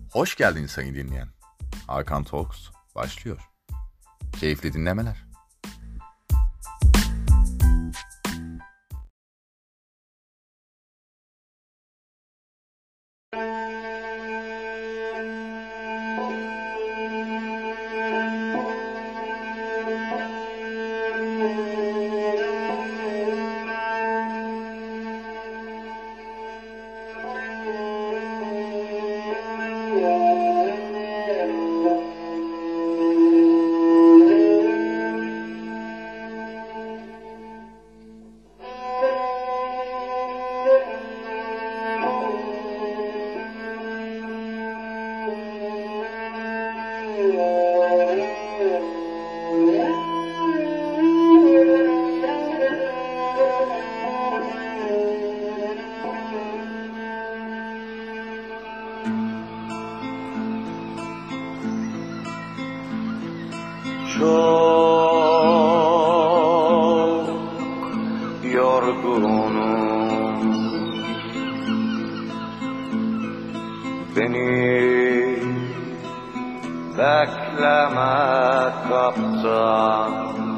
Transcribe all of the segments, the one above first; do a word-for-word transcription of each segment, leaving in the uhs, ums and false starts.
Hoş geldin sayın dinleyen. Hakan Talks başlıyor. Keyifli dinlemeler. Çok yorgunum, beni bekleme kaptan.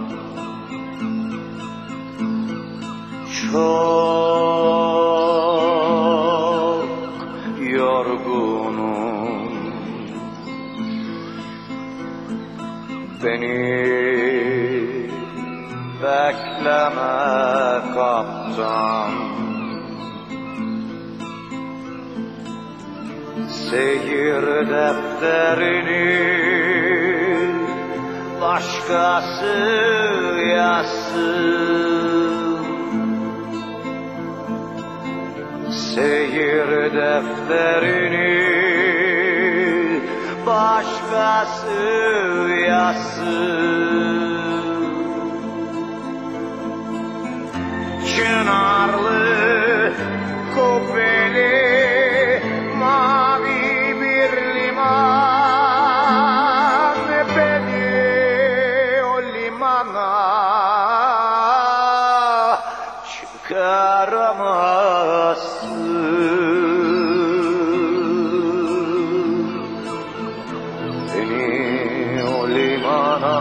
Çok yorgunum, beni bekleme kaptan. Seyir defterini başkası yazsın. Seyir defterini başkası yazsın. Çınarlı, kubbeli, mavi bir liman, beni o limana çıkaramazsın. Beni o limana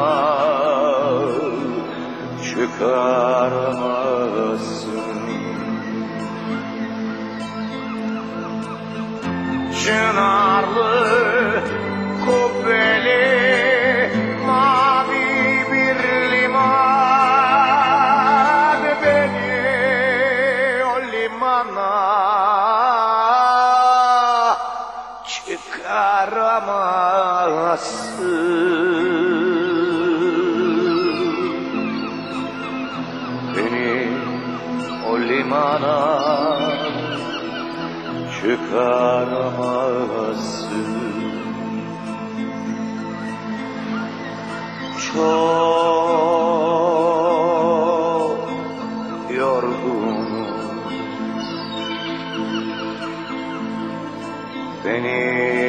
çıkaramazsın. Çınarlı, kubbeli, mavi bir liman, beni o limana çıkaramazsın. Beni o limana çıkaramazsın. Çok yorgunum, beni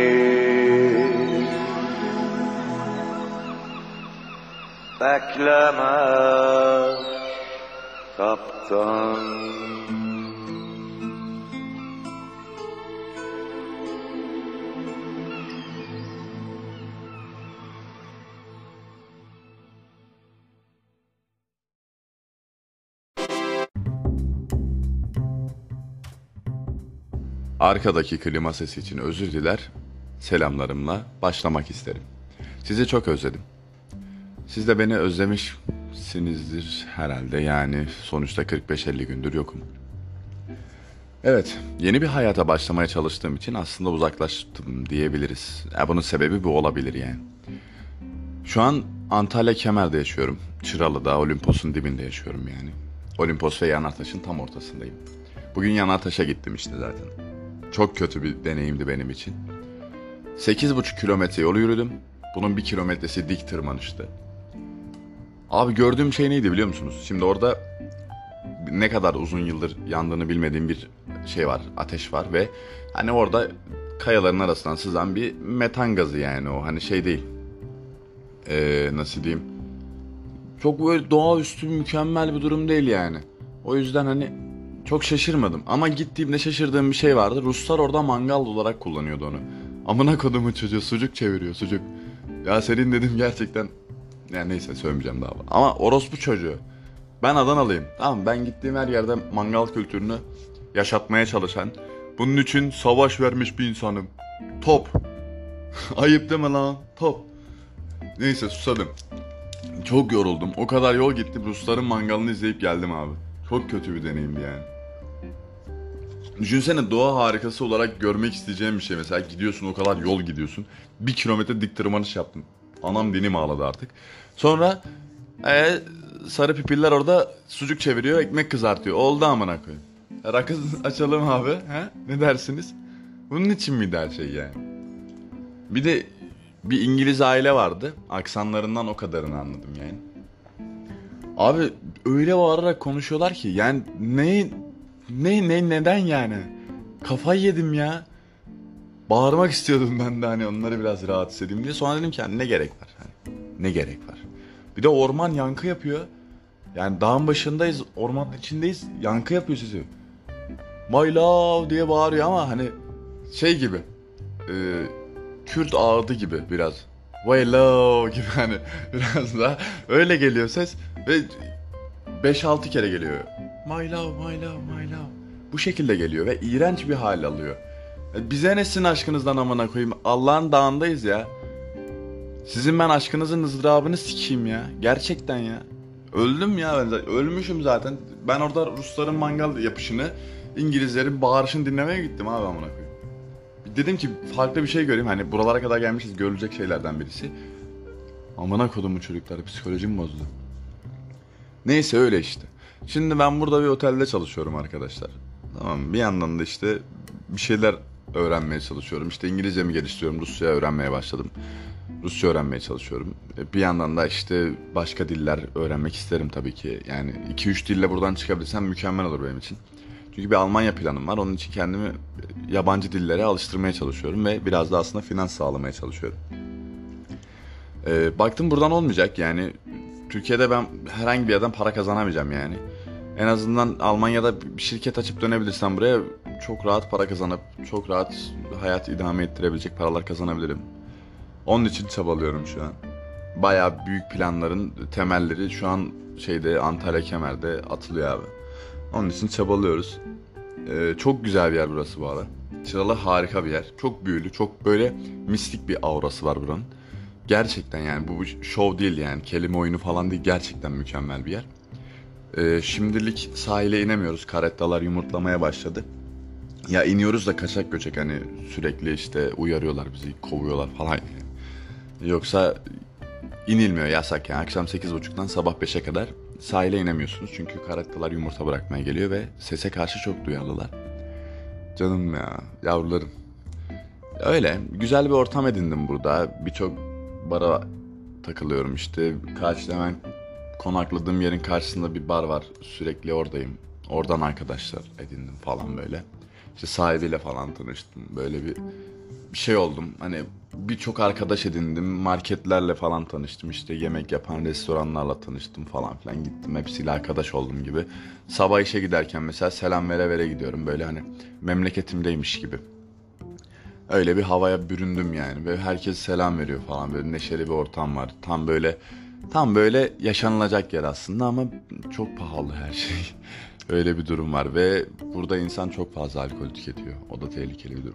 bekleme kaptan. Arkadaki klima sesi için özür diler, selamlarımla başlamak isterim. Sizi çok özledim. Siz de beni özlemişsinizdir herhalde, yani sonuçta kırk beş elli gündür yokum. Evet, yeni bir hayata başlamaya çalıştığım için aslında uzaklaştım diyebiliriz. Ya bunun sebebi bu olabilir yani. Şu an Antalya Kemer'de yaşıyorum. Çıralı'da, Olimpos'un dibinde yaşıyorum yani. Olimpos ve Yanartaş'ın tam ortasındayım. Bugün Yanartaş'a gittim işte zaten. Çok kötü bir deneyimdi benim için. sekiz buçuk kilometre yol yürüdüm. Bunun bir kilometresi dik tırmanıştı. Abi gördüğüm şey neydi biliyor musunuz? Şimdi orada ne kadar uzun yıldır yandığını bilmediğim bir şey var. Ateş var ve hani orada kayaların arasından sızan bir metan gazı yani o. Hani şey değil. Ee, nasıl diyeyim? Çok böyle doğaüstü mükemmel bir durum değil yani. O yüzden hani çok şaşırmadım. Ama gittiğimde şaşırdığım bir şey vardı. Ruslar orada mangal olarak kullanıyordu onu. Amına kodumun çocuğu sucuk çeviriyor sucuk. Ya senin dedim gerçekten. Ya neyse söylemeyeceğim daha. Ama orospu çocuğu. Ben Adanalıyım. Tamam, ben gittiğim her yerde mangal kültürünü yaşatmaya çalışan, bunun için savaş vermiş bir insanım. Top. Ayıp deme lan. Top. Neyse susadım. Çok yoruldum. O kadar yol gittim. Rusların mangalını izleyip geldim abi. Çok kötü bir deneyimdi yani. Düşünsene, doğa harikası olarak görmek isteyeceğim bir şey. Mesela gidiyorsun, o kadar yol gidiyorsun. Bir kilometre dik tırmanış yaptım. Anam dinim ağladı artık. Sonra e, sarı pipiller orada sucuk çeviriyor, ekmek kızartıyor. Oldu amına koyayım. Rakı açalım abi. He? Ne dersiniz? Bunun için miydi her şey yani? Bir de bir İngiliz aile vardı. Aksanlarından o kadarını anladım yani. Abi öyle bağırarak konuşuyorlar ki yani ne ne ne neden yani? Kafayı yedim ya. Bağırmak istiyordum ben de, hani onları biraz rahatsız edeyim diye. Sonra dedim ki yani ne gerek var? Hani, ne gerek var? Bir de orman yankı yapıyor. Yani dağın başındayız, ormanın içindeyiz. Yankı yapıyor sizi. My love diye bağırıyor ama hani şey gibi. E, Kürt ağıdı gibi biraz. My love gibi hani biraz daha öyle geliyor ses ve beş altı kere geliyor. My love, my love, my love. Bu şekilde geliyor ve iğrenç bir hal alıyor. Bize ne sizin aşkınızdan amına koyayım? Allah'ın dağındayız ya. Sizin ben aşkınızın ızdırabını sikeyim ya. Gerçekten ya. Öldüm ya ben zaten. Ölmüşüm zaten. Ben orada Rusların mangal yapışını, İngilizlerin bağırışını dinlemeye gittim abi amına koyayım. Dedim ki farklı bir şey göreyim. Hani buralara kadar gelmişiz, görülecek şeylerden birisi. Amına kodumu çocuklar, psikolojim bozdu. Neyse öyle işte. Şimdi ben burada bir otelde çalışıyorum arkadaşlar. Tamam, bir yandan da işte bir şeyler öğrenmeye çalışıyorum. İşte İngilizcemi geliştiriyorum. Rusça öğrenmeye başladım. Rusça öğrenmeye çalışıyorum. Bir yandan da işte başka diller öğrenmek isterim tabii ki. Yani iki üç dille buradan çıkabilirsem mükemmel olur benim için. Çünkü bir Almanya planım var. Onun için kendimi yabancı dillere alıştırmaya çalışıyorum ve biraz da aslında finans sağlamaya çalışıyorum. Ee, baktım buradan olmayacak yani. Türkiye'de ben herhangi bir yerden para kazanamayacağım yani. En azından Almanya'da bir şirket açıp dönebilirsem buraya çok rahat para kazanıp çok rahat hayat idame ettirebilecek paralar kazanabilirim. Onun için çabalıyorum şu an. Bayağı büyük planların temelleri şu an şeyde, Antalya Kemer'de atılıyor abi. Onun için çabalıyoruz. Ee, çok güzel bir yer burası bu arada. Çıralı harika bir yer. Çok büyülü, çok böyle mistik bir aurası var buranın. Gerçekten yani bu bir şov değil yani, kelime oyunu falan değil, gerçekten mükemmel bir yer. Ee, şimdilik sahile inemiyoruz. Karettalar yumurtlamaya başladı. Ya iniyoruz da kaçak göçek, hani sürekli işte uyarıyorlar bizi, kovuyorlar falan. Yoksa inilmiyor, yasak yani. Akşam sekiz buçuktan sabah beşe kadar sahile inemiyorsunuz. Çünkü karettalar yumurta bırakmaya geliyor ve sese karşı çok duyarlılar. Canım ya, yavrularım. Öyle güzel bir ortam edindim burada. Birçok bara takılıyorum işte. Karşıda hemen konakladığım yerin karşısında bir bar var. Sürekli oradayım. Oradan arkadaşlar edindim falan böyle. İşte sahibiyle falan tanıştım. Böyle bir bir şey oldum. Hani birçok arkadaş edindim. Marketlerle falan tanıştım. İşte yemek yapan restoranlarla tanıştım falan filan. Gittim, hepsiyle arkadaş oldum gibi. Sabah işe giderken mesela selam vere vere gidiyorum. Böyle hani memleketimdeymiş gibi. Öyle bir havaya büründüm yani. Ve herkes selam veriyor falan. Böyle neşeli bir ortam var. Tam böyle tam böyle yaşanılacak yer aslında ama çok pahalı her şey. Öyle bir durum var ve burada insan çok fazla alkol tüketiyor. O da tehlikeli bir durum.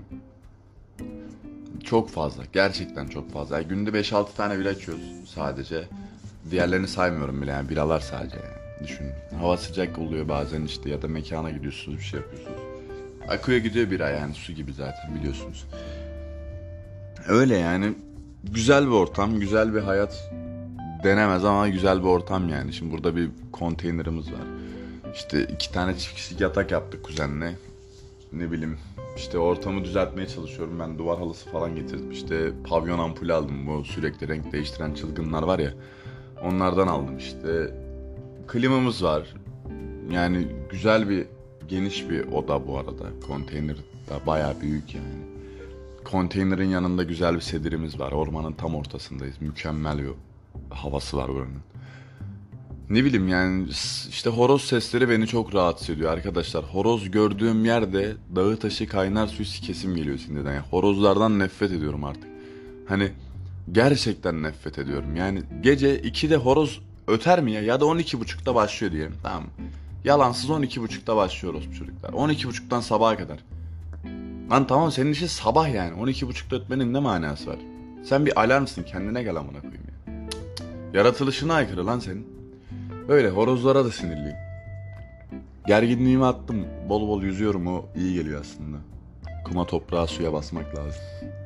Çok fazla. Gerçekten çok fazla. Yani günde beş altı tane bira içiyoruz sadece. Diğerlerini saymıyorum bile yani, biralar sadece yani. Düşünün. Hava sıcak oluyor bazen işte, ya da mekana gidiyorsunuz, bir şey yapıyorsunuz. Akıyor gidiyor bira yani, su gibi zaten biliyorsunuz. Öyle yani, güzel bir ortam, güzel bir hayat denemez ama güzel bir ortam yani. Şimdi burada bir konteynerimiz var. İşte iki tane çift kişilik yatak yaptık kuzenle. Ne bileyim işte ortamı düzeltmeye çalışıyorum. Ben duvar halısı falan getirdim. İşte pavyon ampulü aldım. Bu sürekli renk değiştiren çılgınlar var ya. Onlardan aldım işte. Klimamız var. Yani güzel bir, geniş bir oda bu arada. Konteyner da bayağı büyük yani. Konteynerin yanında güzel bir sedirimiz var. Ormanın tam ortasındayız. Mükemmel bir havası var buranın. Ne bileyim yani s- işte horoz sesleri beni çok rahatsız ediyor arkadaşlar. Horoz gördüğüm yerde dağı taşı kaynar suyu sikesim geliyor şimdiden. Yani horozlardan nefret ediyorum artık. Hani gerçekten nefret ediyorum. Yani gece ikide horoz öter mi ya? Ya da on iki buçukta başlıyor diyelim, tamam mı? Yalansız on iki buçukta başlıyoruz bu çocuklar. on iki buçuktan sabaha kadar. Lan tamam, senin işin sabah yani. on iki buçukta ötmenin ne manası var? Sen bir alarmsın, kendine gel amına koyayım ya. Yaratılışına aykırı lan senin. Öyle horozlara da sinirliyim. Gerginliğimi attım. Bol bol yüzüyorum, o iyi geliyor aslında. Kuma toprağa suya basmak lazım.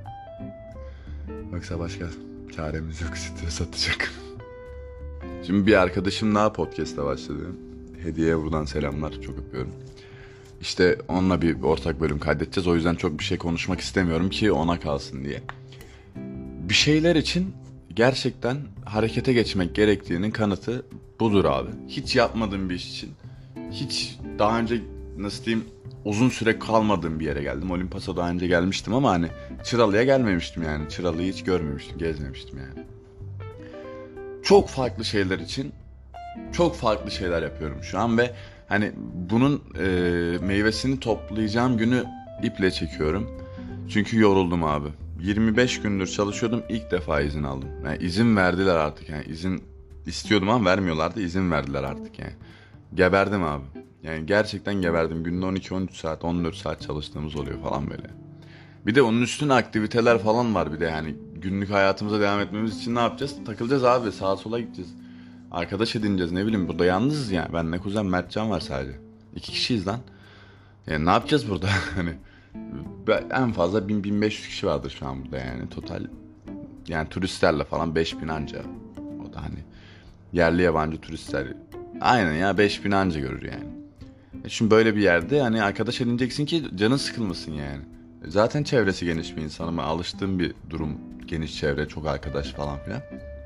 Yoksa başka çaremiz yok, stres atacak. Şimdi bir arkadaşım daha podcast'a başladı. Hediye'ye buradan selamlar, çok öpüyorum. İşte onunla bir ortak bölüm kaydedeceğiz. O yüzden çok bir şey konuşmak istemiyorum ki ona kalsın diye. Bir şeyler için gerçekten harekete geçmek gerektiğinin kanıtı budur abi. Hiç yapmadığım bir iş için, hiç daha önce nasıl diyeyim uzun süre kalmadığım bir yere geldim. Olimpas'a daha önce gelmiştim ama hani Çıralı'ya gelmemiştim yani. Çıralı'yı hiç görmemiştim, gezmemiştim yani. Çok farklı şeyler için çok farklı şeyler yapıyorum şu an ve hani bunun e, meyvesini toplayacağım günü iple çekiyorum. Çünkü yoruldum abi. yirmi beş gündür çalışıyordum, ilk defa izin aldım. Yani izin verdiler artık, yani izin istiyordum ama vermiyorlardı, izin verdiler artık yani. Geberdim abi. Yani gerçekten geberdim. Günde on iki on üç saat, on dört saat çalıştığımız oluyor falan böyle. Bir de onun üstüne aktiviteler falan var bir de yani. Günlük hayatımıza devam etmemiz için ne yapacağız? Takılacağız abi, sağa sola gideceğiz. Arkadaş edineceğiz, ne bileyim, burada yalnızız yani. Ben ne kuzen Mertcan var sadece. İki kişiyiz lan. Yani ne yapacağız burada? Hani en fazla bin bin beş yüz kişi vardır şu an burada yani total. Yani turistlerle falan beş bin anca. O da hani yerli yabancı turistler. Aynen ya, beş bin anca görür yani. E şimdi böyle bir yerde hani arkadaş edineceksin ki canın sıkılmasın yani. E zaten çevresi geniş bir insanım. Alıştığım bir durum. Geniş çevre, çok arkadaş falan filan.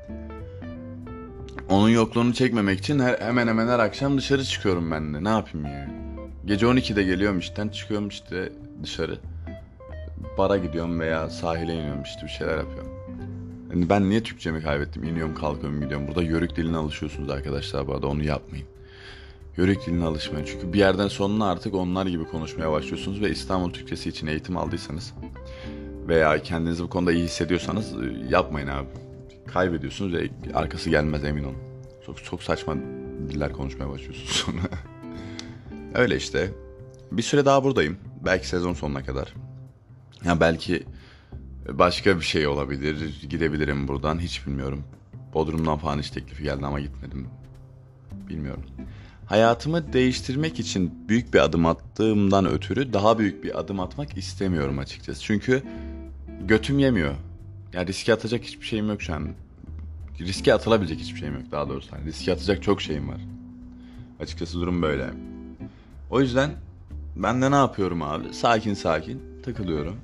Onun yokluğunu çekmemek için her, hemen hemen her akşam dışarı çıkıyorum ben de. Ne yapayım yani? Gece on ikide geliyorum işten, çıkıyorum işte dışarı. Bara gidiyorum veya sahile iniyorum, işte bir şeyler yapıyorum. Yani ben niye Türkçemi kaybettim? İniyorum, kalkıyorum, gidiyorum. Burada yörük diline alışıyorsunuz arkadaşlar, bu arada onu yapmayın. Yörük diline alışmayın. Çünkü bir yerden sonra artık onlar gibi konuşmaya başlıyorsunuz ve İstanbul Türkçesi için eğitim aldıysanız veya kendinizi bu konuda iyi hissediyorsanız yapmayın abi. Kaybediyorsunuz ve arkası gelmez, emin olun. Çok çok saçma diller konuşmaya başlıyorsunuz sonra. Öyle işte. Bir süre daha buradayım. Belki sezon sonuna kadar. Ya belki başka bir şey olabilir. Gidebilirim buradan, hiç bilmiyorum. Bodrum'dan falan iş teklifi geldi ama gitmedim. Bilmiyorum. Hayatımı değiştirmek için büyük bir adım attığımdan ötürü daha büyük bir adım atmak istemiyorum açıkçası. Çünkü götüm yemiyor. Ya riske atacak hiçbir şeyim yok şu an. Riske atılabilecek hiçbir şeyim yok daha doğrusu. Yani riske atacak çok şeyim var. Açıkçası durum böyle. O yüzden ben de ne yapıyorum abi? Sakin sakin takılıyorum.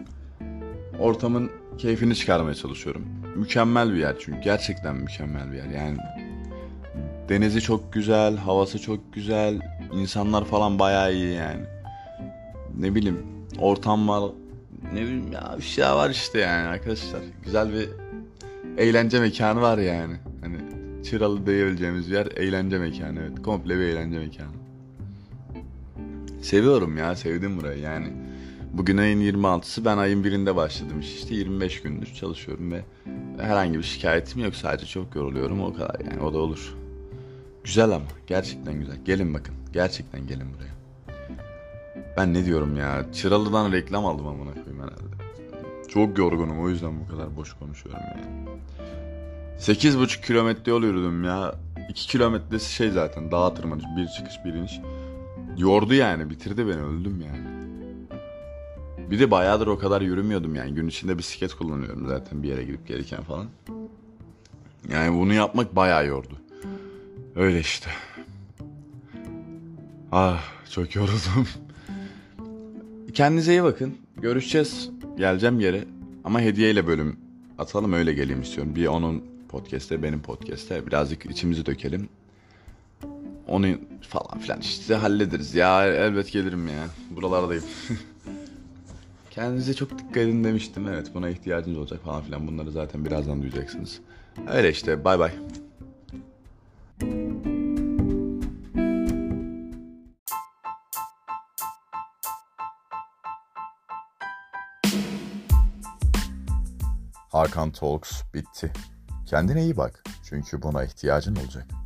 Ortamın keyfini çıkarmaya çalışıyorum. Mükemmel bir yer çünkü. Gerçekten mükemmel bir yer. Yani denizi çok güzel, havası çok güzel. İnsanlar falan bayağı iyi yani. Ne bileyim, ortam var. Ne bileyim ya, bir şey var işte yani arkadaşlar. Güzel bir eğlence mekanı var yani. Hani Çıralı diyebileceğimiz bir yer, eğlence mekanı, evet. Komple bir eğlence mekanı. Seviyorum ya, sevdim burayı yani. Bugün ayın yirmi altısı, ben ayın birinde başladım iş işte, yirmi beş gündür çalışıyorum ve herhangi bir şikayetim yok, sadece çok yoruluyorum, o kadar yani, o da olur. Güzel ama, gerçekten güzel. Gelin bakın, gerçekten gelin buraya. Ben ne diyorum ya, Çıralı'dan reklam aldım amına koyayım herhalde. Çok yorgunum, o yüzden bu kadar boş konuşuyorum yani. Sekiz buçuk kilometre yol yürüdüm ya. iki kilometresi şey zaten, dağa tırmanış, bir çıkış bir iniş. Yordu yani, bitirdi beni, öldüm yani. Bir de bayağıdır o kadar yürümüyordum yani. Gün içinde bisiklet kullanıyorum zaten bir yere gidip gelirken falan. Yani bunu yapmak bayağı yordu. Öyle işte. Ah, çok yoruldum. Kendinize iyi bakın. Görüşeceğiz. Geleceğim yere. Ama hediyeyle bölüm atalım, öyle geleyim istiyorum. Bir onun podcast'te, benim podcast'te birazcık içimizi dökelim. Onu falan filan işte hallederiz. Ya elbet gelirim ya. Buralardayım. Kendinize çok dikkat edin demiştim. Evet, buna ihtiyacınız olacak falan filan. Bunları zaten birazdan duyacaksınız. Öyle işte, bay bay. Hakan Talks bitti. Kendine iyi bak çünkü buna ihtiyacın olacak.